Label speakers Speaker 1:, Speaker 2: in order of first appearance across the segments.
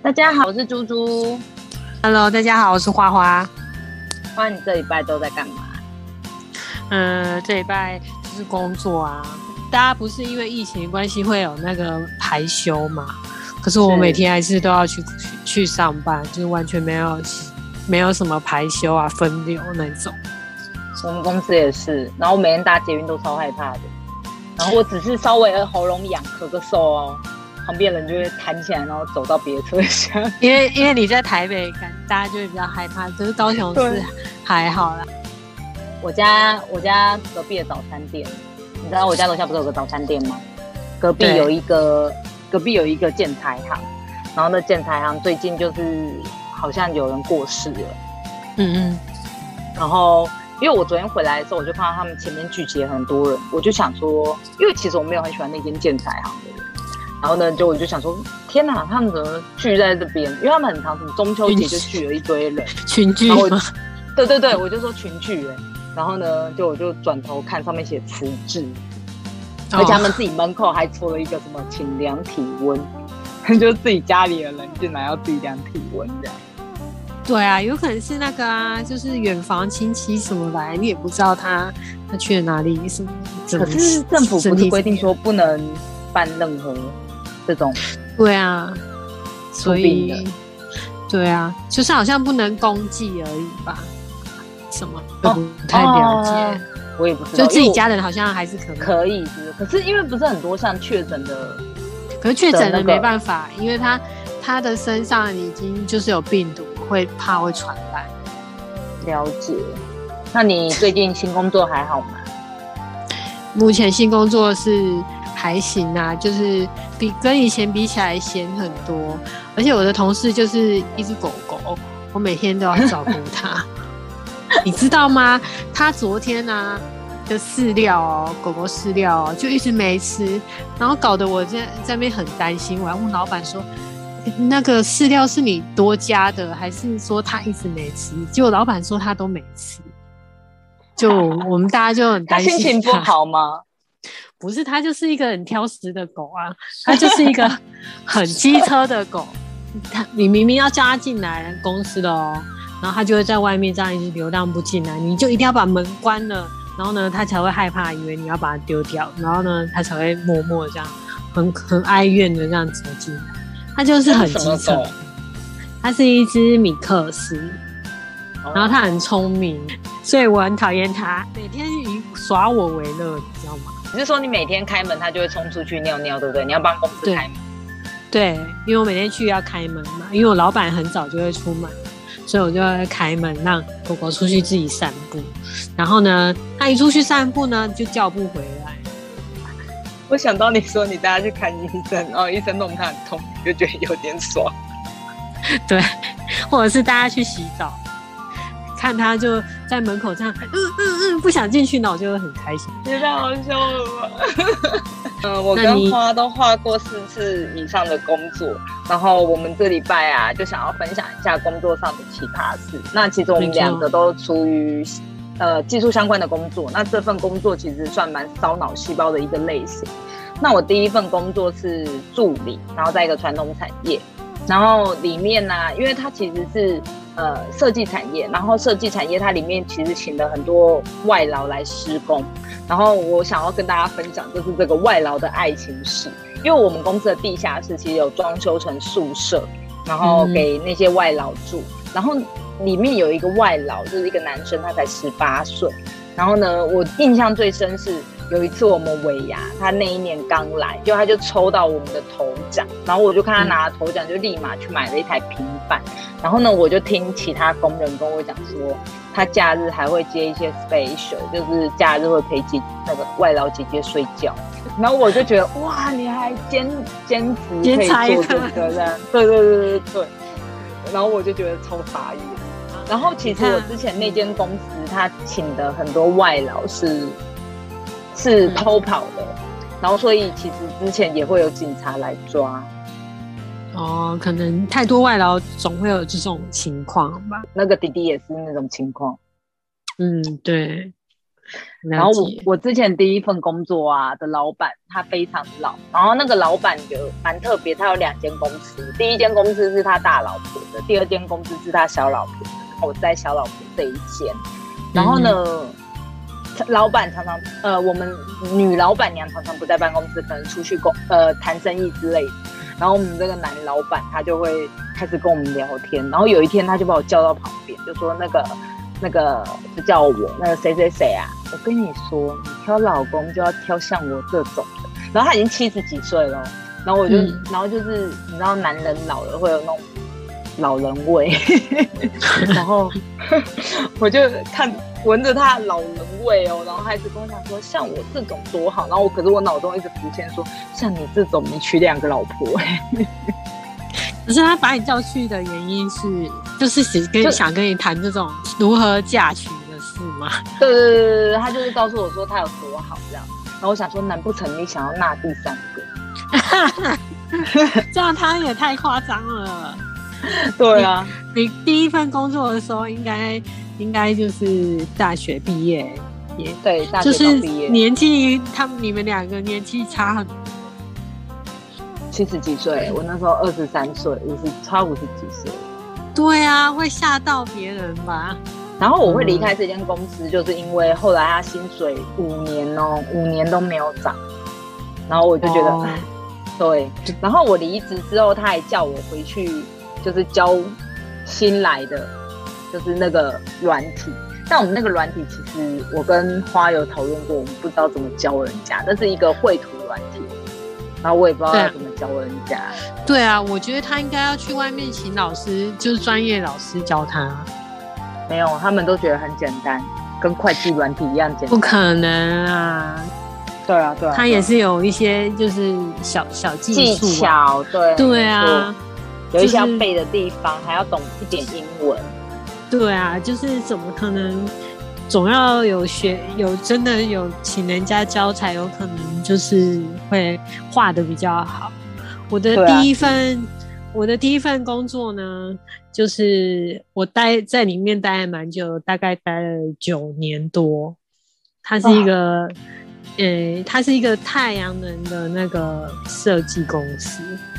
Speaker 1: 大家好，我是猪猪。
Speaker 2: Hello， 大家好，我是花花。
Speaker 1: 花，你这礼拜都在干嘛？
Speaker 2: 这礼拜就是工作啊。大家不是因为疫情关系会有那个排休嘛？可是我每天还是都要去上班，就是完全没有什么排休啊、分流那种。
Speaker 1: 我们公司也是，然后每天搭捷运都超害怕的。然后我只是稍微喉咙痒、咳个嗽哦，旁边人就会弹起来，然后走到别的车厢。
Speaker 2: 因为你在台北，大家就会比较害怕，可是高雄是还好啦。
Speaker 1: 我家隔壁的早餐店，你知道我家楼下不是有个早餐店吗？隔壁有一个建材行，然后那建材行最近就是好像有人过世了。然后因为我昨天回来的时候，我就看到他们前面聚集了很多人，我就想说，因为其实我没有很喜欢那间建材行的人，然后呢，我就想说，天哪，他们怎么聚在这边？因为他们很常什么中秋节就聚了一堆人，
Speaker 2: 群聚吗？
Speaker 1: 对，我就说群聚然后呢，我就转头看上面写辞职，而且他们自己门口还戳了一个什么请量体温，就是自己家里的人进来要自己量体温这样。
Speaker 2: 对啊，有可能是那个啊，就是远房亲戚什么来，你也不知道他去了哪里什么。
Speaker 1: 可是政府不是规定说不能办任何这种？
Speaker 2: 对啊，所以对啊，就是好像不能公祭而已吧？什么我不太了解，
Speaker 1: 我也不知道。
Speaker 2: 就自己家人好像还是
Speaker 1: 可以，可是因为不是很多像确诊的，
Speaker 2: 可是确诊的没办法，因为他的身上已经就是有病毒，怕会传染。
Speaker 1: 了解。那你最近新工作还好吗？
Speaker 2: 目前新工作是还行啊，就是跟以前比起来闲很多，而且我的同事就是一只狗狗，我每天都要照顾它。你知道吗？他昨天啊的饲料狗狗饲料就一直没吃，然后搞得我在那边很担心。我还问老板说，那个饲料是你多加的，还是说他一直没吃？结果老板说他都没吃，就我们大家就很担心。
Speaker 1: 他心情不好吗？
Speaker 2: 不是，他就是一个很挑食的狗啊，他就是一个很机车的狗。你明明要叫他进来公司的哦，然后他就会在外面这样一直流浪不进来，你就一定要把门关了，然后呢，他才会害怕，以为你要把它丢掉，然后呢，他才会默默这样很哀怨的这样走进来。他就是很机车，他是一只米克斯，然后他很聪明，所以我很讨厌他，每天以耍我为乐，你知道吗？
Speaker 1: 你是说你每天开门，他就会冲出去尿尿，对不对？你要帮公司开门。
Speaker 2: 对，因为我每天去要开门嘛，因为我老板很早就会出门，所以我就会开门让狗狗出去自己散步。然后呢，他一出去散步呢，就叫不回来。
Speaker 1: 我想到你说你带他去看医生，然后医生弄他很痛，就觉得有点爽。
Speaker 2: 对，或者是大家去洗澡，看他就在门口这样，不想进去，那我就会很开心。
Speaker 1: 也太好笑了吧！我跟花都画过4次以上的工作，然后我们这礼拜啊，就想要分享一下工作上的奇葩事。那其实我们2个都处于技术相关的工作，那这份工作其实算蛮烧脑细胞的一个类型。那我第一份工作是助理，然后在一个传统产业，然后里面呢，因为它其实是设计产业，然后设计产业它里面其实请了很多外劳来施工，然后我想要跟大家分享就是这个外劳的爱情史，因为我们公司的地下室其实有装修成宿舍，然后给那些外劳住，然后里面有一个外劳，就是一个男生，他才18岁，然后呢，我印象最深是有一次我们尾牙，他那一年刚来，他就抽到我们的头奖，然后我就看他拿了头奖，就立马去买了一台平板。然后呢，我就听其他工人跟我讲说，他假日还会接一些 special， 就是假日会陪那个外劳姐姐睡觉。然后我就觉得哇，你还兼职可以做这个这样，对。然后我就觉得超傻眼。然后其实我之前那间公司，他请的很多外劳是偷跑的，然后所以其实之前也会有警察来抓。
Speaker 2: 哦，可能太多外劳总会有这种情况吧。
Speaker 1: 那个弟弟也是那种情况。
Speaker 2: 对。
Speaker 1: 然后我之前第一份工作啊的老板他非常老，然后那个老板有蛮特别，他有2间公司，第一间公司是他大老婆的，第2间公司是他小老婆的，我在小老婆这一间。然后呢，老板常常我们女老板娘常常不在办公室，可能出去谈生意之类的。然后我们这个男老板他就会开始跟我们聊天，然后有一天他就把我叫到旁边，就说那个就叫我那个谁谁谁啊，我跟你说，你挑老公就要挑像我这种的。然后他已经70几岁了，然后我就，然后就是你知道男人老了会有那种老人味，然后我就闻着他的老人味哦，然后他一直跟我讲说像我这种多好，然后可是我脑中一直浮现说像你这种你娶2个老婆
Speaker 2: 可是他把你叫去的原因是就是想跟你谈这种如何嫁娶的事吗？
Speaker 1: 对，他就是告诉我说他有多好这样，然后我想说难不成你想要纳第3个？
Speaker 2: 这样他也太夸张了。
Speaker 1: 对啊，
Speaker 2: 你第一份工作的时候应该就是大学毕业，
Speaker 1: 对，大学刚毕业，
Speaker 2: 就是年纪你们2个年纪差很多
Speaker 1: ，70几岁，我那时候23岁，差50几岁。
Speaker 2: 对啊，会吓到别人吧。
Speaker 1: 然后我会离开这间公司，就是因为后来他薪水5年都没有涨，然后我就觉得，对。然后我离职之后，他还叫我回去，就是教新来的，就是那个软体。但我们那个软体，其实我跟花有讨论过，我们不知道怎么教人家，那是一个绘图软体。然后我也不知道要怎么教人家。
Speaker 2: 对啊，我觉得他应该要去外面请老师，就是专业老师教他。
Speaker 1: 没有，他们都觉得很简单，跟会计软体一样简单。
Speaker 2: 不可能啊！
Speaker 1: 对啊，他
Speaker 2: 也是有一些就是小技术、
Speaker 1: 技巧，
Speaker 2: 对啊，
Speaker 1: 有一些要背的地方，还要懂一点英文。
Speaker 2: 对啊，就是怎么可能？总要真的有请人家教才有可能，就是会画的比较好。我的第一份工作呢，就是我在里面待了蛮久，大概待了9年多。它是一个太阳能的那个设计公司。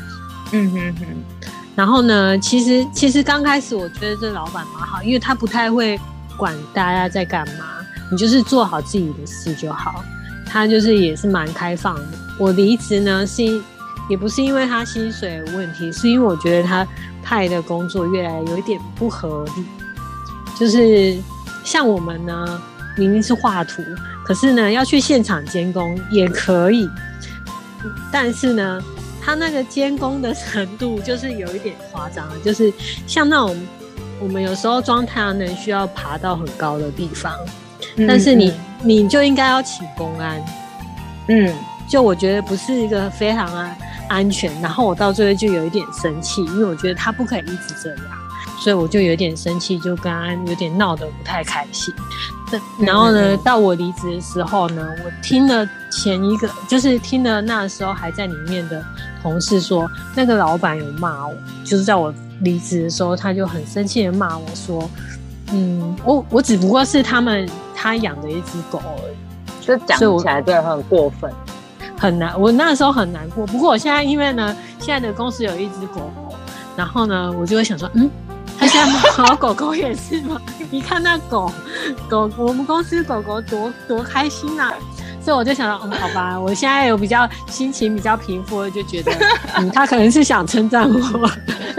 Speaker 2: 然后呢，其实刚开始我觉得这老板蛮好，因为他不太会管大家在干嘛，你就是做好自己的事就好。他就是也是蛮开放的。我离职呢也不是因为他薪水的问题，是因为我觉得他派的工作越来有一点不合理。就是像我们呢，明明是画图，可是呢要去现场监工也可以，但是呢，他那个监工的程度就是有一点夸张，就是像那种。我们有时候装太阳能需要爬到很高的地方，但是你就应该要请公安，就我觉得不是一个非常安全。然后我到最后就有一点生气，因为我觉得他不可以一直这样，所以我就有点生气，就跟他有点闹得不太开心。然后呢，到我离职的时候呢，我听了就是听了那时候还在里面的同事说，那个老板有骂我，就是在我离职的时候，他就很生气的骂我说，我只不过是他养的一只狗而已，
Speaker 1: 就讲起来真的很过分，
Speaker 2: 很难。我那时候很难过，不过我现在因为呢，现在的公司有一只狗狗，然后呢，我就会想说，他现在好狗狗也是吗？你看那狗，我们公司狗狗多开心啊！所以我就想到，好吧，我现在有心情比较平复，就觉得，他可能是想称赞我，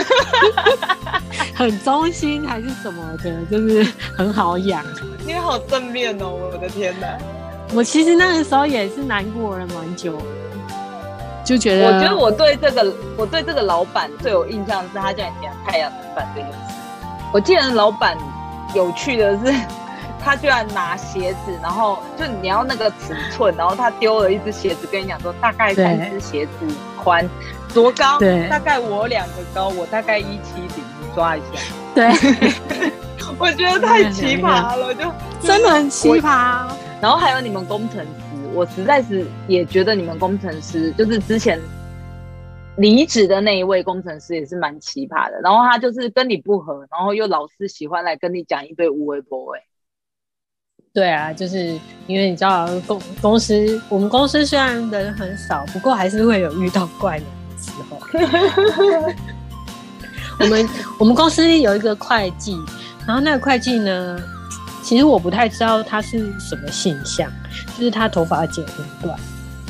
Speaker 2: 很忠心还是什么的，就是很好养。
Speaker 1: 你好正面哦，我的天哪！
Speaker 2: 我其实那个时候也是难过了蛮久的，就觉得，
Speaker 1: 我对这个老板最有印象是他叫你讲太阳能板这件事。我记得老板有趣的是，他居然拿鞋子，然后就你要那个尺寸，然后他丢了一只鞋子跟你讲说，大概3只鞋子宽，多高？大概我2个高，我大概170，你抓一下。
Speaker 2: 对，
Speaker 1: 我觉得太奇葩了，就
Speaker 2: 真的很奇葩。
Speaker 1: 然后还有你们工程师，我实在是也觉得你们工程师就是之前离职的那一位工程师也是蛮奇葩的，然后他就是跟你不合，然后又老是喜欢来跟你讲一堆无微博。
Speaker 2: 对啊，就是因为你知道公司，我们公司虽然人很少，不过还是会有遇到怪人的时候。我们公司有一个会计，然后那个会计呢，其实我不太知道他是什么性向，就是他头发剪很短。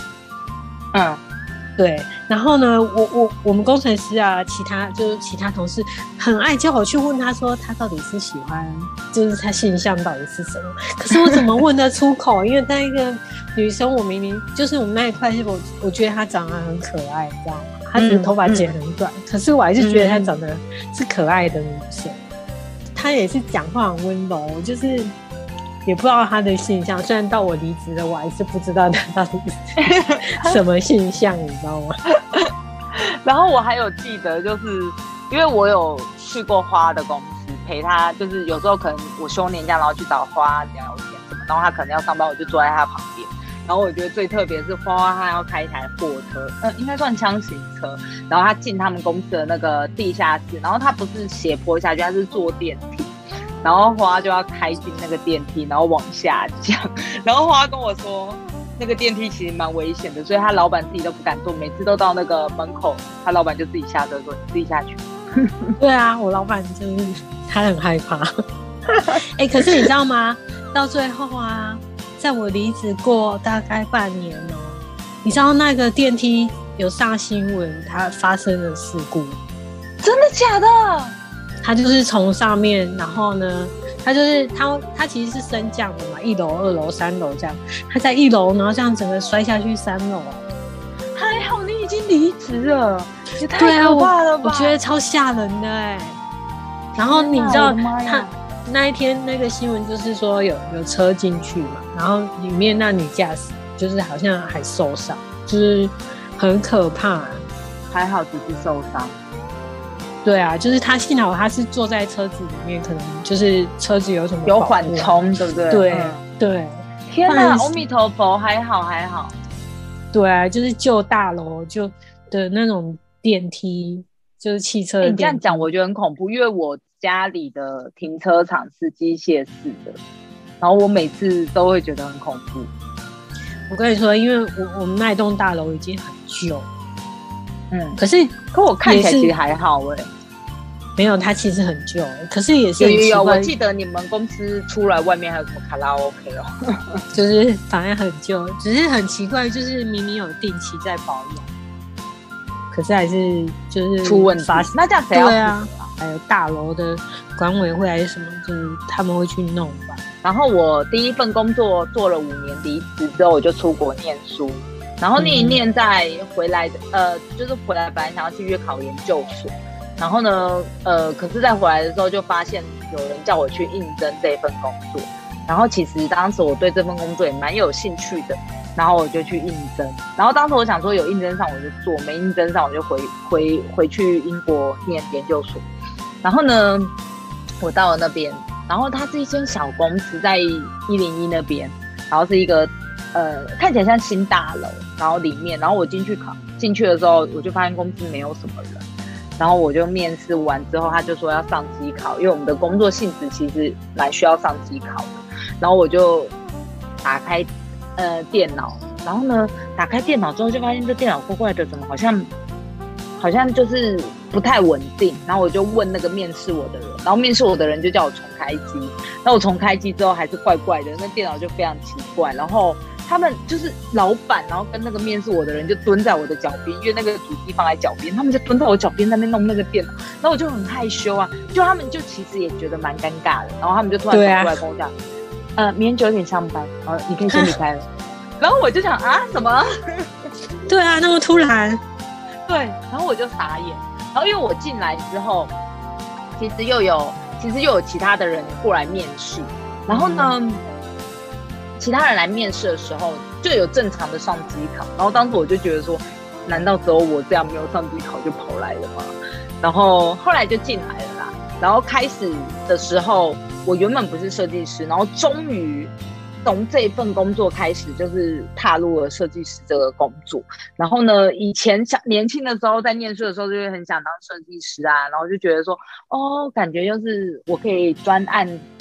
Speaker 2: 对，然后呢，我们工程师啊，其他同事很爱叫我去问他说他到底是喜欢，就是他性向到底是什么。可是我怎么问得出口？因为那个女生，我明明就是我们那一块，我觉得她长得很可爱，你知道吗？她只是头发剪很短，可是我还是觉得她长得是可爱的女生。她也是讲话很温柔，就是也不知道她的性向。虽然到我离职了，我还是不知道她到底是什么性向，你知道吗？
Speaker 1: 然后我还有记得，就是因为我有去过花的公司陪她，就是有时候可能我休年假，然后去找花聊天什么，然后她可能要上班，我就坐在她旁边。然后我觉得最特别是花她要开一台货车，应该算箱型车，然后她进他们公司的那个地下室，然后她不是斜坡下去，她是坐电梯，然后花就要开进那个电梯，然后往下降。然后花跟我说，那个电梯其实蛮危险的，所以他老板自己都不敢坐，每次都到那个门口，他老板就自己下车说：“你自己下去。”
Speaker 2: 对啊，我老板就是他很害怕。可是你知道吗？到最后啊，在我离职过大概半年哦，你知道那个电梯有上新闻，它发生了事故。
Speaker 1: 真的假的？
Speaker 2: 他就是从上面，然后呢，他就是他其实是升降的嘛，1楼、2楼、3楼这样。他在1楼，然后这样整个摔下去3楼。
Speaker 1: 还好你已经离职了，也太可怕了吧！
Speaker 2: 我觉得超吓人的然后你知道他那一天那个新闻就是说有车进去嘛，然后里面那女驾驶就是好像还受伤，就是很可怕。
Speaker 1: 还好只是受伤。
Speaker 2: 对啊，就是他幸好他是坐在车子里面，可能就是车子有什么
Speaker 1: 有缓冲，对不对？
Speaker 2: 对对。
Speaker 1: 天哪，阿弥陀佛，还好。
Speaker 2: 对啊，就是旧大楼就的那种电梯，就是汽车的电梯。
Speaker 1: 你这样讲我觉得很恐怖，因为我家里的停车场是机械式的，然后我每次都会觉得很恐怖。
Speaker 2: 我跟你说，因为我们那一栋大楼已经很旧，可
Speaker 1: 我看起来其实还好
Speaker 2: 没有，它其实很旧，可是也是很奇怪。
Speaker 1: 有，我记得你们公司出来外面还有什么卡拉 OK
Speaker 2: 就是反正很旧，只是很奇怪，就是明明有定期在保养，可是还是就是
Speaker 1: 出问题。那这样谁要负责？
Speaker 2: 对啊，还有大楼的管委会还是什么，就是他们会去弄吧。
Speaker 1: 然后我第一份工作做了5年，离职之后我就出国念书，然后念一念再回来就是回来本来想要去约考研究所。然后呢，可是在回来的时候就发现有人叫我去应征这份工作，然后其实当时我对这份工作也蛮有兴趣的，然后我就去应征。然后当时我想说有应征上我就做，没应征上我就回去英国念研究所。然后呢，我到了那边，然后它是一间小公司，在101那边，然后是一个看起来像新大楼，然后里面，然后我进去的时候，我就发现公司没有什么人。然后我就面试完之后，他就说要上机考，因为我们的工作性质其实蛮需要上机考的。然后我就打开电脑，然后呢打开电脑之后就发现这电脑怪怪的，怎么好像就是不太稳定。然后我就问那个面试我的人，然后面试我的人就叫我重开机。那我重开机之后还是怪怪的，那电脑就非常奇怪。然后他们就是老板，然后跟那个面试我的人就蹲在我的脚边，因为那个主机放在脚边，他们就蹲在我脚边在那边弄那个电脑，然后我就很害羞啊，就他们就其实也觉得蛮尴尬的，然后他们就突然走过来跟我讲，明天9点上班，然后你可以先离开了。然后我就想啊，什么？
Speaker 2: 对啊，那么突然。
Speaker 1: 对，然后我就傻眼。然后因为我进来之后，其实又有其他的人过来面试，然后呢？其他人来面试的时候就有正常的上机考，然后当时我就觉得说，难道只有我这样没有上机考就跑来了吗？然后后来就进来了啦。然后开始的时候，我原本不是设计师，然后终于从这份工作开始，就是踏入了设计师这个工作。然后呢，以前年轻的时候在念书的时候，就会很想当设计师啊，然后就觉得说，感觉就是我可以专案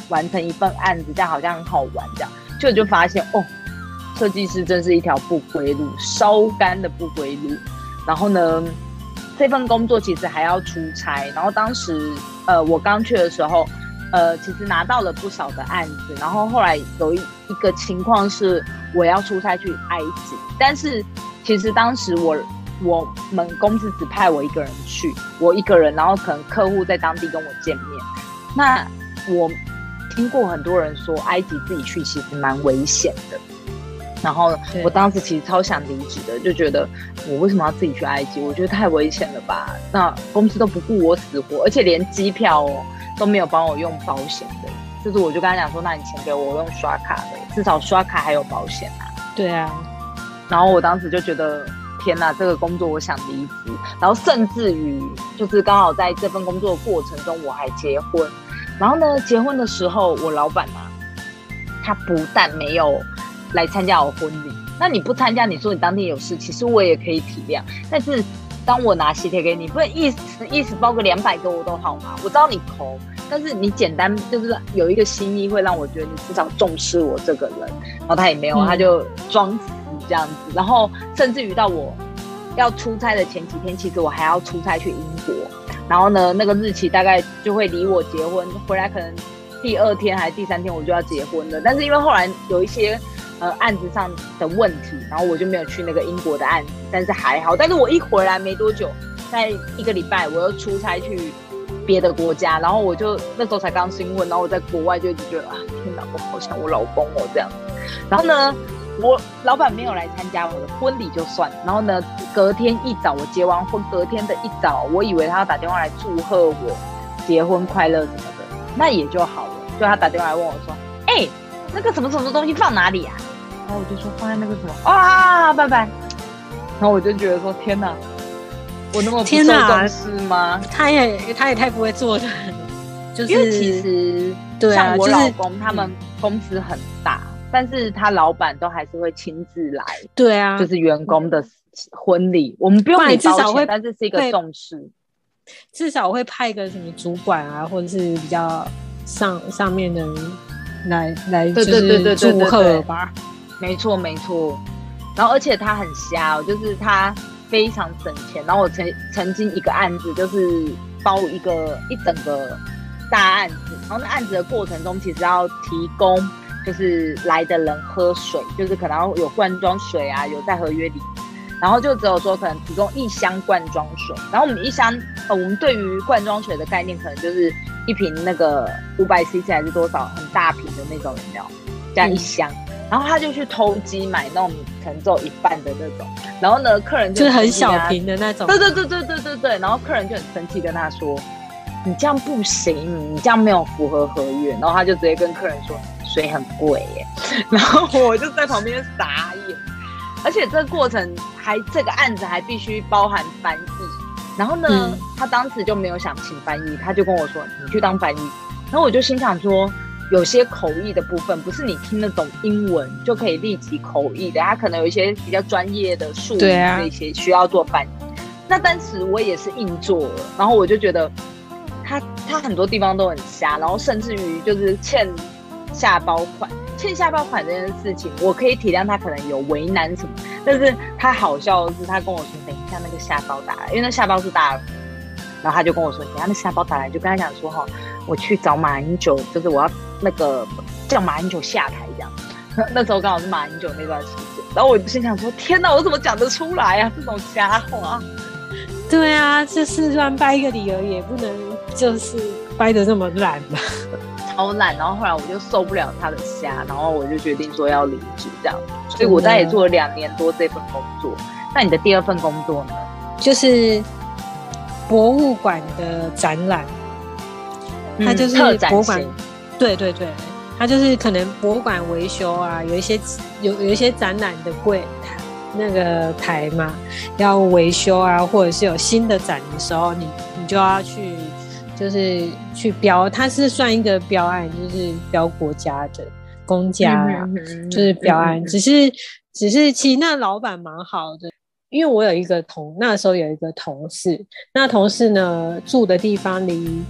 Speaker 1: 完成一份案子，这样好像很好玩这样，就发现设计师真是一条不归路，烧干的不归路。然后呢，这份工作其实还要出差，然后当时我刚去的时候，其实拿到了不少的案子，然后后来有一个情况是我要出差去埃及，但是其实当时我们公司只派我一个人去，我一个人，然后可能客户在当地跟我见面。那我听过很多人说埃及自己去其实蛮危险的，然后我当时其实超想离职的，就觉得我为什么要自己去埃及？我觉得太危险了吧？那公司都不顾我死活，而且连机票都没有帮我用保险的。就是我就跟他讲说，那你钱给我用刷卡的，至少刷卡还有保险啊。
Speaker 2: 对啊。
Speaker 1: 然后我当时就觉得，天哪，这个工作我想离职。然后甚至于就是刚好在这份工作的过程中，我还结婚。然后呢，结婚的时候，我老板啊，他不但没有来参加我婚礼，那你不参加，你说你当天有事，其实我也可以体谅。但是当我拿喜帖给你，不能意思包个200给我都好吗？我知道你抠，但是你简单就是有一个心意，会让我觉得你至少重视我这个人。然后他也没有，他就装死这样子。然后甚至于到我要出差的前几天，其实我还要出差去英国。然后呢，那个日期大概就会离我结婚回来可能第2天还是第3天我就要结婚了。但是因为后来有一些案子上的问题，然后我就没有去那个英国的案子，但是还好。但是我一回来没多久，在1个礼拜我又出差去别的国家，然后我就那时候才刚新婚，然后我在国外就一直觉得天哪，我好想我老公这样。然后呢，我老板没有来参加我的婚礼就算，然后呢，隔天一早我结完婚，隔天的一早，我以为他要打电话来祝贺我结婚快乐什么的，那也就好了。就他打电话来问我说，那个什么什么东西放哪里啊？然后我就说放在那个什么拜拜。然后我就觉得说天哪，我那么不受重视吗？
Speaker 2: 他也太不会做人，就是
Speaker 1: 因为其实像我老公他们公司很大。但是他老板都还是会亲自来，
Speaker 2: 对啊，
Speaker 1: 就是员工的婚礼，我们不用你包钱，但是是一个重视，
Speaker 2: 至少会派一个什么主管啊，或者是比较上面的人来就是祝贺吧。
Speaker 1: 没错。然后而且他很瞎就是他非常省钱。然后我曾经一个案子就是包一整个大案子，然后那案子的过程中其实要提供。就是来的人喝水，就是可能有罐装水啊，有在合约里，然后就只有说可能提供1箱罐装水，然后我们1箱，我们对于罐装水的概念可能就是一瓶那个500cc 还是多少很大瓶的那种饮料，这样1箱，然后他就去偷鸡买那种可能只有1半的那种，然后呢，客人就是
Speaker 2: 很小瓶的那种，
Speaker 1: 对，然后客人就很生气跟他说，你这样不行，你这样没有符合合约，然后他就直接跟客人说。水很贵耶，然后我就在旁边傻眼，而且这个过程这个案子还必须包含翻译，然后呢，他当时就没有想请翻译，他就跟我说你去当翻译，然后我就心想说，有些口译的部分不是你听得懂英文就可以立即口译的，他可能有一些比较专业的术语那些需要做翻译，那当时我也是硬做了，然后我就觉得他很多地方都很瞎，然后甚至于就是欠下包款这件事情，我可以体谅他可能有为难什么，但是他好笑的是，他跟我说等一下那个下包打来，因为那下包是大人，然后他就跟我说等一下那下包打来，就跟他讲说我去找马英九，就是我要那个叫马英九下台这样。那时候刚好是马英九那段时间，然后我心想说天哪，我怎么讲得出来啊这种瞎话？
Speaker 2: 对啊，就是乱掰一个理由也不能就是掰得这么烂吧。
Speaker 1: 超烂，然后后来我就受不了他的瞎，然后我就决定说要离职这样，所以我大概也做了2年多这份工作。那你的第2份工作呢？
Speaker 2: 就是博物馆的展览，它就是博物馆，对，它就是可能博物馆维修啊，有一些展览的那个台嘛要维修啊，或者是有新的展的时候，你就要就是去标，它是算一个标案，就是标国家的公家啊，就是标案。只是其实那老板蛮好的，因为我有那时候有一个同事，那同事呢住的地方离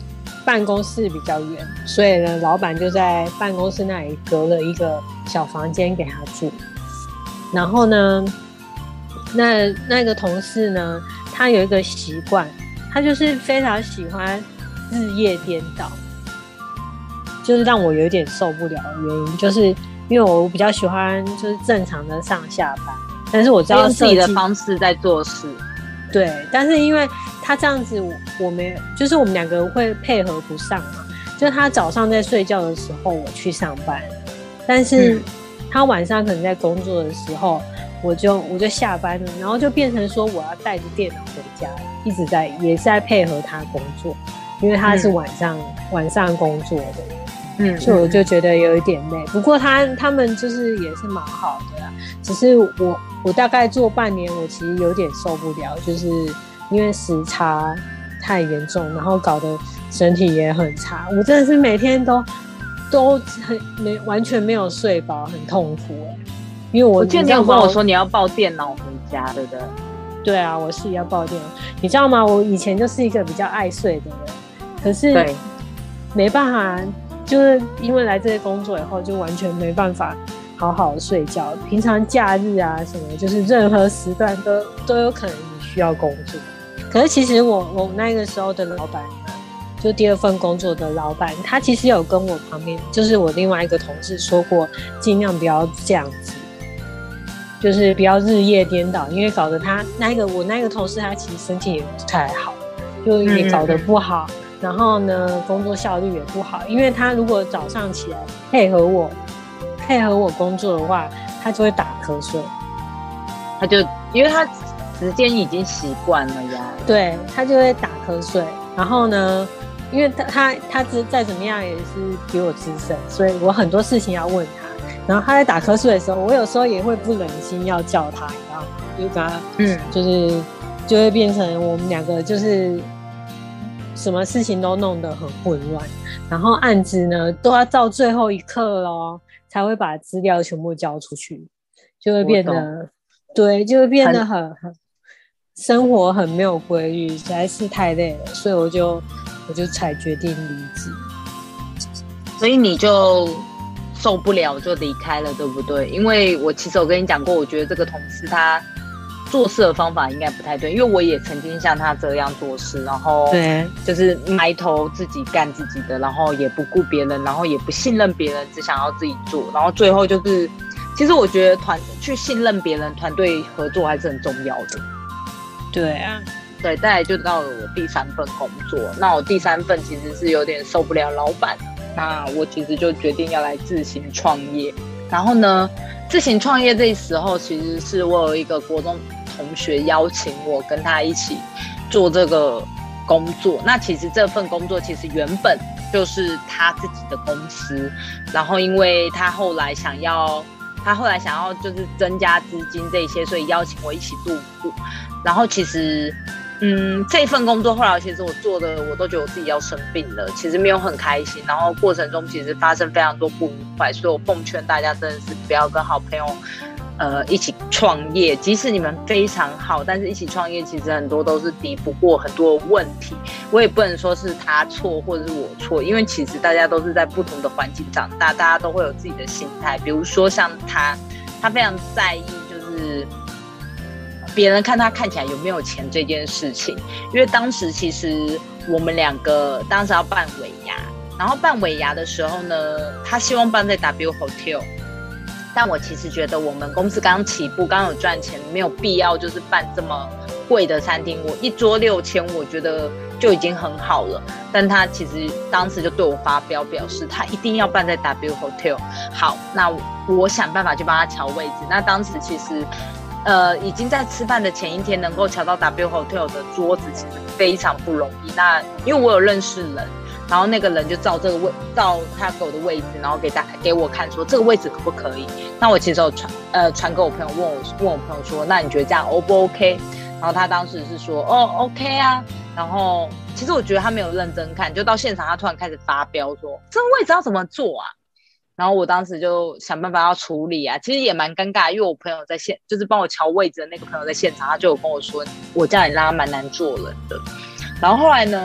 Speaker 2: 办公室比较远，所以呢，老板就在办公室那里隔了一个小房间给他住。然后呢，那个同事呢，他有一个习惯，他就是非常喜欢日夜颠倒，就是让我有点受不了的原因，就是因为我比较喜欢就是正常的上下班，但是我知道
Speaker 1: 用自己的方式在做事。
Speaker 2: 对，但是因为他这样子，我们就是我们两个会配合不上嘛。就是他早上在睡觉的时候，我去上班，但是他晚上可能在工作的时候，我就下班了，然后就变成说我要带着电脑回家，一直也是在配合他工作，因为他是晚上工作的。所以我就觉得有一点累。不过他们就是也是蛮好的啦，只是我大概做半年，我其实有点受不了，就是因为时差太严重，然后搞得身体也很差。我真的是每天都完全没有睡饱，很痛苦因为我
Speaker 1: 记得你有跟我说你要抱电脑回家，对不对？
Speaker 2: 对啊，我是要抱电脑。你知道吗？我以前就是一个比较爱睡的人，可是没办法。就是因为来这些工作以后，就完全没办法好好的睡觉。平常假日啊什么，就是任何时段都有可能你需要工作。可是其实我那个时候的老板呢，就第二份工作的老板，他其实有跟我旁边，就是我另外一个同事说过，尽量不要这样子，就是不要日夜颠倒，因为搞得我那个同事他其实身体也不太好，就也搞得不好。然后呢，工作效率也不好，因为他如果早上起来配合我工作的话，他就会打瞌睡。
Speaker 1: 他就因为他时间已经习惯了呀，
Speaker 2: 对，他就会打瞌睡。然后呢，因为他再怎么样也是比我资深，所以我很多事情要问他。然后他在打瞌睡的时候，我有时候也会不忍心要叫他，你知道吗？就跟他，就会变成我们两个就是什么事情都弄得很混乱，然后案子呢都要到最后一刻咯才会把资料全部交出去，就会变得就会变得很生活很没有规律，实在是太累了，所以我就才决定离职。
Speaker 1: 所以你就受不了就离开了，对不对？因为其实我跟你讲过，我觉得这个同事他做事的方法应该不太对，因为我也曾经像他这样做事，然后就是埋头自己干自己的，然后也不顾别人，然后也不信任别人，只想要自己做，然后最后就是，其实我觉得去信任别人，团队合作还是很重要的。
Speaker 2: 对啊，
Speaker 1: 对，再来就到了我第3份工作，那我第3份其实是有点受不了老板，那我其实就决定要来自行创业，然后呢，自行创业这时候其实是我有一个国中同学邀请我跟他一起做这个工作。那其实这份工作其实原本就是他自己的公司，然后因为他后来想要就是增加资金这些，所以邀请我一起入股。然后其实这份工作后来其实我做的我都觉得我自己要生病了，其实没有很开心，然后过程中其实发生非常多不愉快，所以我奉劝大家真的是不要跟好朋友一起创业，即使你们非常好，但是一起创业其实很多都是抵不过很多问题。我也不能说是他错或者是我错，因为其实大家都是在不同的环境长大，大家都会有自己的心态。比如说像他非常在意就是别人看他看起来有没有钱这件事情，因为当时其实我们2个当时要办尾牙，然后办尾牙的时候呢，他希望办在 W Hotel， 但我其实觉得我们公司刚起步，刚有赚钱，没有必要就是办这么贵的餐厅，我一桌6000，我觉得就已经很好了。但他其实当时就对我发飙，表示他一定要办在 W Hotel。好，那我想办法去帮他调位置。那当时其实已经在吃饭的前一天能够调到 W Hotel 的桌子，其实非常不容易。那因为我有认识人，然后那个人就照他给我的位置，然后给我看说这个位置可不可以。那我其实有传给我朋友，问我朋友说，那你觉得这样 O 不 OK？ 然后他当时是说OK 啊。然后其实我觉得他没有认真看，就到现场他突然开始发飙说这个位置要怎么做啊。然后我当时就想办法要处理啊，其实也蛮尴尬，因为我朋友在就是帮我调位置的那个朋友在现场，他就有跟我说，我叫你让他蛮难做人的。然后后来呢，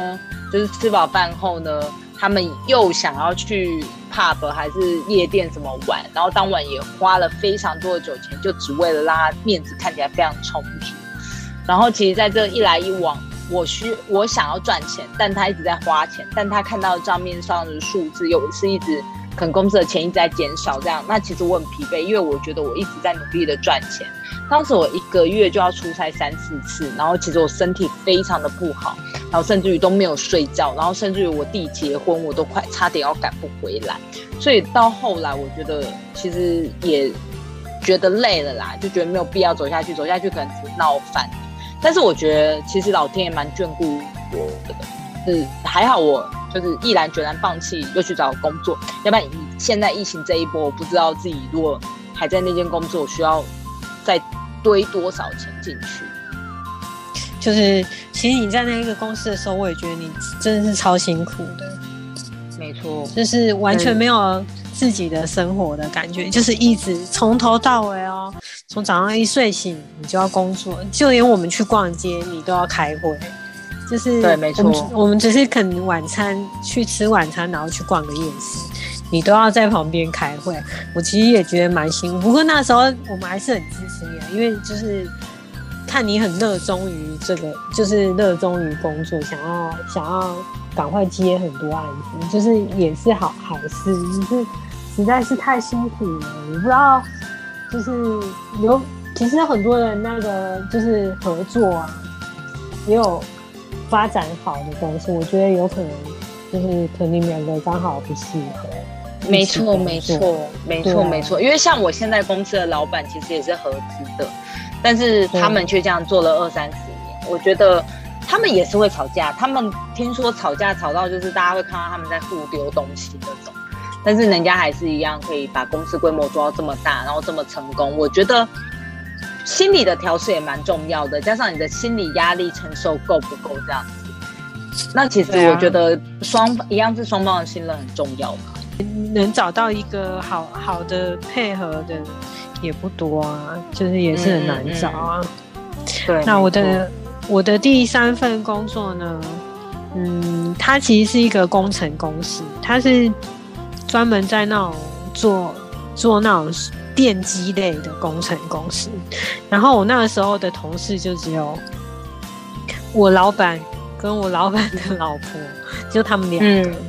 Speaker 1: 就是吃饱饭后呢，他们又想要去 pub 还是夜店什么玩，然后当晚也花了非常多的酒钱，就只为了让他面子看起来非常充足。然后其实在这一来一往，我想要赚钱，但他一直在花钱，但他看到账面上的数字又是一直可能公司的钱一直在减少这样，那其实我很疲惫，因为我觉得我一直在努力的赚钱。当时我1个月就要出差3-4次，然后其实我身体非常的不好，然后甚至于都没有睡觉，然后甚至于我弟结婚我都快差点要赶不回来，所以到后来我觉得其实也觉得累了啦，就觉得没有必要走下去可能只是闹翻。但是我觉得其实老天也蛮眷顾我的，还好我就是毅然决然放弃又去找工作，要不然现在疫情这一波我不知道自己如果还在那间工作需要再堆多少钱进去。
Speaker 2: 就是其实你在那个公司的时候，我也觉得你真的是超辛苦的。
Speaker 1: 没错，
Speaker 2: 就是完全没有自己的生活的感觉，就是一直从头到尾哦，从早上一睡醒你就要工作，就连我们去逛街你都要开会，就是
Speaker 1: 对，没错，
Speaker 2: 我们只是可能晚餐去吃晚餐，然后去逛个夜市，你都要在旁边开会。我其实也觉得蛮辛苦，不过那时候我们还是很支持你啊，因为就是看你很热衷于这个，就是热衷于工作，想要赶快接很多案子，就是也是好事，就是实在是太辛苦了。我不知道，就是其实很多人那个就是合作啊，也有发展好的公司，我觉得有可能就是可能你们两个刚好不适合。
Speaker 1: 没错，因为像我现在公司的老板其实也是合资的，但是他们却这样做了20-30年，我觉得他们也是会吵架，他们听说吵架吵到就是大家会看到他们在互丢东西那种，但是人家还是一样可以把公司规模做到这么大，然后这么成功。我觉得心理的调试也蛮重要的，加上你的心理压力承受够不够这样子。那其实我觉得一样是双方的信任很重要吧。
Speaker 2: 能找到一个好的配合的也不多啊，就是也是很难找啊。
Speaker 1: 对，
Speaker 2: 那我的第3份工作呢，它其实是一个工程公司，它是专门在那种做那种电机类的工程公司。然后我那个时候的同事就只有我老板跟我老板的老婆，就他们2个。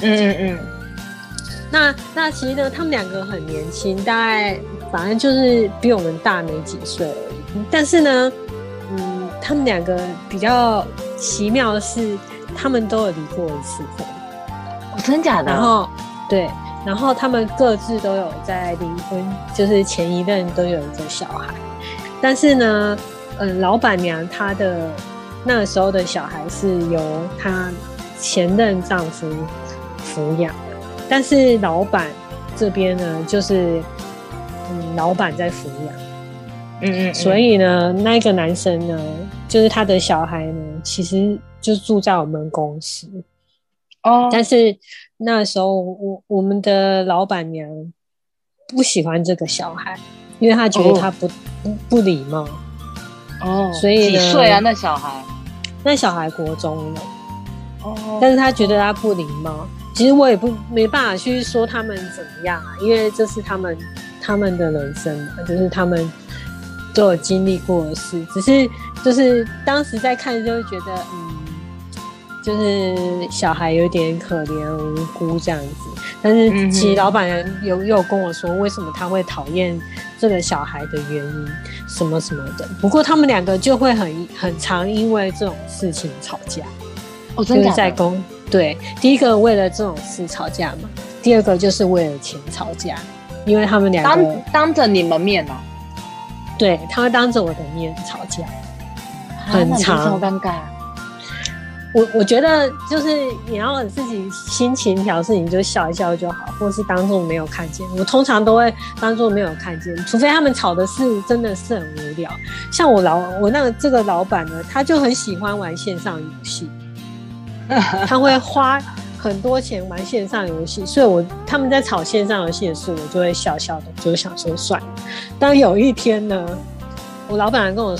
Speaker 2: 那其实呢，他们2个很年轻，大概反正就是比我们大没几岁而已。但是呢，他们2个比较奇妙的是，他们都有离过1次婚。
Speaker 1: 哦，真假的？
Speaker 2: 然后他们各自都有在离婚，就是前一任都有一个小孩。但是呢，老板娘她的那个时候的小孩是由她前任丈夫抚养。但是老板这边呢，就是老板在抚养，所以呢，那个男生呢，就是他的小孩呢，其实就住在我们公司。哦，但是那时候我们的老板娘不喜欢这个小孩，因为他觉得他不礼貌。哦，所以
Speaker 1: 几岁啊？那小孩
Speaker 2: 国中了。哦，但是他觉得他不礼貌。其实我也没办法去说他们怎么样啊，因为这是他们的人生嘛，就是他们都有经历过的事。只是就是当时在看就会觉得，就是小孩有点可怜无辜这样子。但是其实老板人有跟我说，为什么他会讨厌这个小孩的原因什么什么的。不过他们2个就会很常因为这种事情吵架。
Speaker 1: 哦，真的假的？
Speaker 2: 就是对，第一个为了这种事吵架嘛，第二个就是为了钱吵架，因为他们2个
Speaker 1: 当着你们面哦。
Speaker 2: 对，他会当着我的面吵架，很长，
Speaker 1: 好尴尬。
Speaker 2: 我觉得就是你要自己心情调试，你就笑一笑就好，或是当作没有看见。我通常都会当作没有看见，除非他们吵的事真的是很无聊。像我这个老板呢，他就很喜欢玩线上游戏。他会花很多钱玩线上游戏，所以他们在吵线上游戏的事，我就会笑笑的，就想说算了。当有一天呢，我老板跟我说：“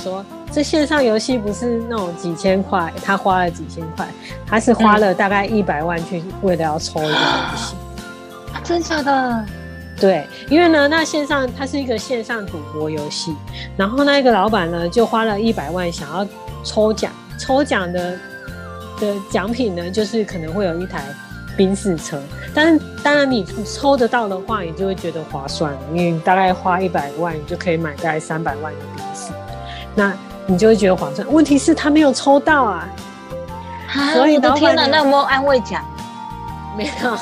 Speaker 2: 这线上游戏不是那种几千块，他花了几千块，他是花了大概100万去为了要抽一个东西。
Speaker 1: 真假的？
Speaker 2: 对，因为呢，那线上它是一个线上赌博游戏，然后那个老板呢就花了100万想要抽奖，抽奖的奖品呢就是可能会有一台宾士车，但是当然你抽得到的话，你就会觉得划算了，因为你大概花100万，你就可以买大概300万的宾士，那你就会觉得划算。问题是他没有抽到啊，
Speaker 1: 所以我的天哪，那有没有安慰奖？
Speaker 2: 没有。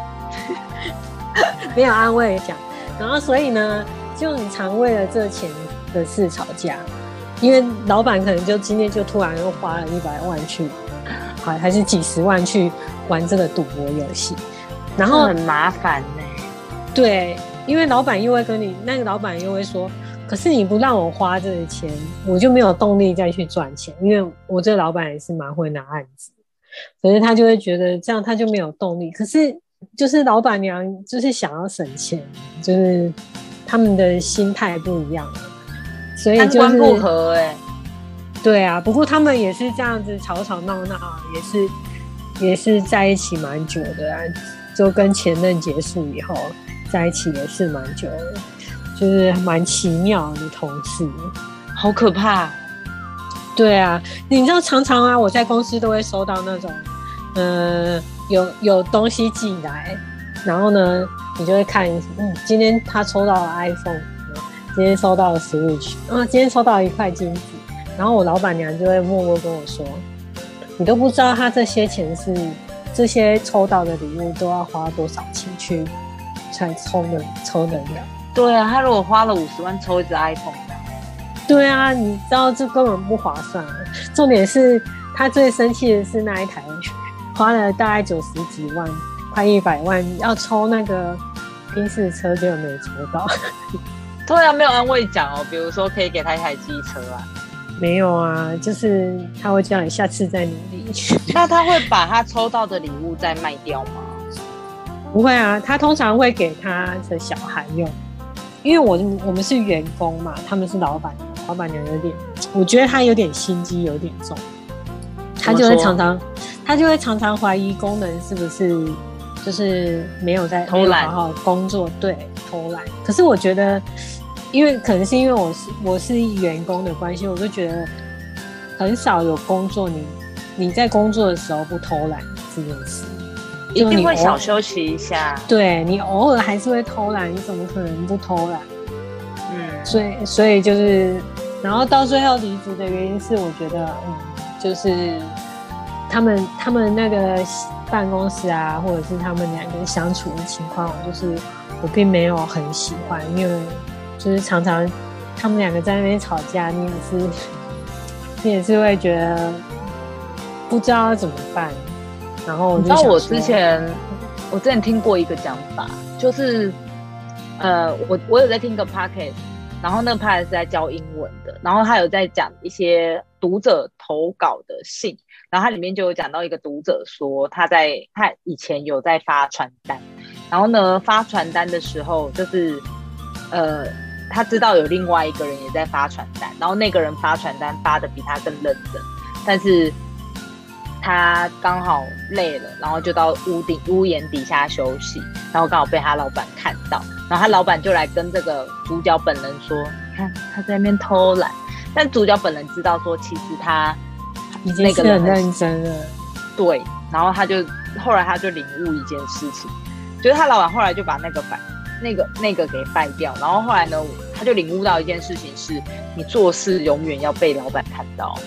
Speaker 2: 没有安慰奖，然后所以呢，就很常为了这钱的事吵架，因为老板可能就今天就突然又花了100万去，还是几十万去玩这个赌博游戏，然后
Speaker 1: 很麻烦呢。
Speaker 2: 对，因为老板又会跟你，那个老板又会说，可是你不让我花这个钱，我就没有动力再去赚钱，因为我这个老板也是蛮会拿案子，可是他就会觉得这样他就没有动力，可是。就是老板娘就是想要省钱，就是他们的心态不一样，所以就是
Speaker 1: 三观不合
Speaker 2: 对啊，不过他们也是这样子吵吵闹闹，也是在一起蛮久的啊，就跟前任结束以后在一起也是蛮久的，就是蛮奇妙的同事，
Speaker 1: 好可怕。
Speaker 2: 对啊，你知道常常啊，我在公司都会收到那种有东西寄来，然后呢，你就会看，今天他抽到了 iPhone， 今天收到了 Switch， 今天收到了1块金子，然后我老板娘就会默默跟我说，你都不知道他这些钱是这些抽到的礼物都要花多少钱去才抽得了。
Speaker 1: 对啊，他如果花了50万抽一只 iPhone，
Speaker 2: 对啊，你知道这根本不划算啊。重点是他最生气的是那一台。花了大概90几万，快100万，要抽那个宾士车，结果没抽到。
Speaker 1: 对啊，没有安慰奖哦，比如说可以给他一台机车啊。
Speaker 2: 没有啊，就是他会叫你下次再努力。
Speaker 1: 那他会把他抽到的礼物再卖掉吗？
Speaker 2: 不会啊，他通常会给他的小孩用，因为我们是员工嘛，他们是老板娘有点，我觉得他有点心机有点重，他就会常常怀疑工人是不是就是没有在
Speaker 1: 偷懒，
Speaker 2: 好好工作，对，偷懒。可是我觉得，因为可能是因为我是员工的关系，我就觉得很少有工作你在工作的时候不偷懒这件事，
Speaker 1: 一定会小休息一下。
Speaker 2: 对，你偶尔还是会偷懒，你怎么可能不偷懒？所以就是，然后到最后离职的原因是，我觉得就是他们那个办公室啊，或者是他们两个相处的情况，我并没有很喜欢，因为就是常常他们两个在那边吵架，你也是会觉得不知道怎么办。然后我就想说，
Speaker 1: 你知道我之前听过一个讲法，就是我有在听个 podcast， 然后那个 podcast 是在教英文的，然后他有在讲一些读者投稿的信，然后他里面就有讲到一个读者说他以前有在发传单，然后呢发传单的时候就是他知道有另外一个人也在发传单，然后那个人发传单发的比他更认真，但是他刚好累了，然后就到屋檐底下休息，然后刚好被他老板看到，然后他老板就来跟这个主角本人说，你看他在那边偷懒，但主角本人知道说其实他
Speaker 2: 已经是很认真了，
Speaker 1: 对，然后后来他就领悟一件事情，就是他老板后来就把那个给败掉，然后后来呢他就领悟到一件事情是，你做事永远要被老板看到。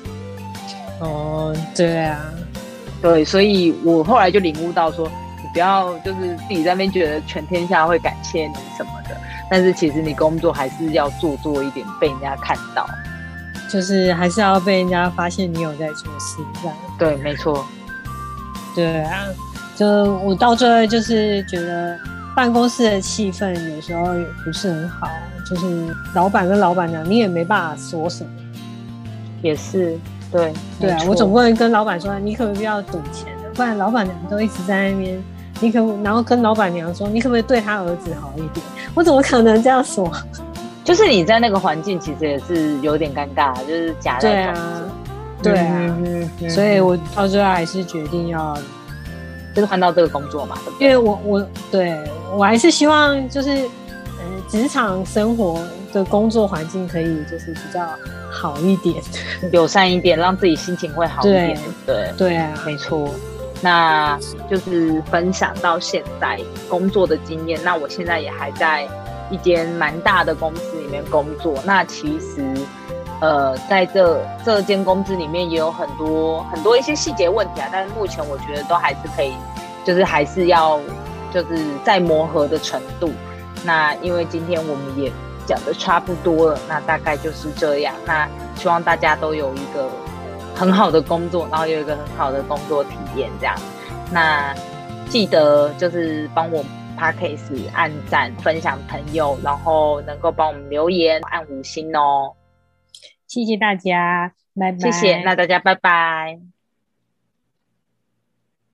Speaker 2: 对啊，
Speaker 1: 对，所以我后来就领悟到说，你不要就是自己在那边觉得全天下会感谢你什么的，但是其实你工作还是要做一点，被人家看到，
Speaker 2: 就是还是要被人家发现你有在做事这样。
Speaker 1: 对，没错。
Speaker 2: 对啊，就我到最后就是觉得办公室的气氛有时候也不是很好，就是老板跟老板娘你也没办法说什么。
Speaker 1: 也是。对
Speaker 2: 啊，我总不能跟老板说你可不可以不要赌钱的，不然老板娘都一直在那边，然后跟老板娘说你可不可以对他儿子好一点，我怎么可能这样说？
Speaker 1: 就是你在那个环境其实也是有点尴尬，就是夹在中间。
Speaker 2: 对啊，所以我到最后还是决定要
Speaker 1: 就是换到这个工作嘛，对不对？
Speaker 2: 因为我还是希望就是职场生活的工作环境可以就是比较好一点，
Speaker 1: 友善一点，让自己心情会好一点，对不对？
Speaker 2: 对啊，
Speaker 1: 没错。那就是分享到现在工作的经验。那我现在也还在一间蛮大的公司里面工作。那其实在这间公司里面也有很多一些细节问题啊，但是目前我觉得都还是可以，就是还是要就是在磨合的程度。那因为今天我们也讲的差不多了，那大概就是这样。那希望大家都有一个很好的工作，然后有一个很好的工作体验这样。那记得就是帮我 Podcast 按赞、分享朋友，然后能够帮我们留言、按5星哦。
Speaker 2: 谢谢大家，拜拜。
Speaker 1: 谢谢，那大家拜拜。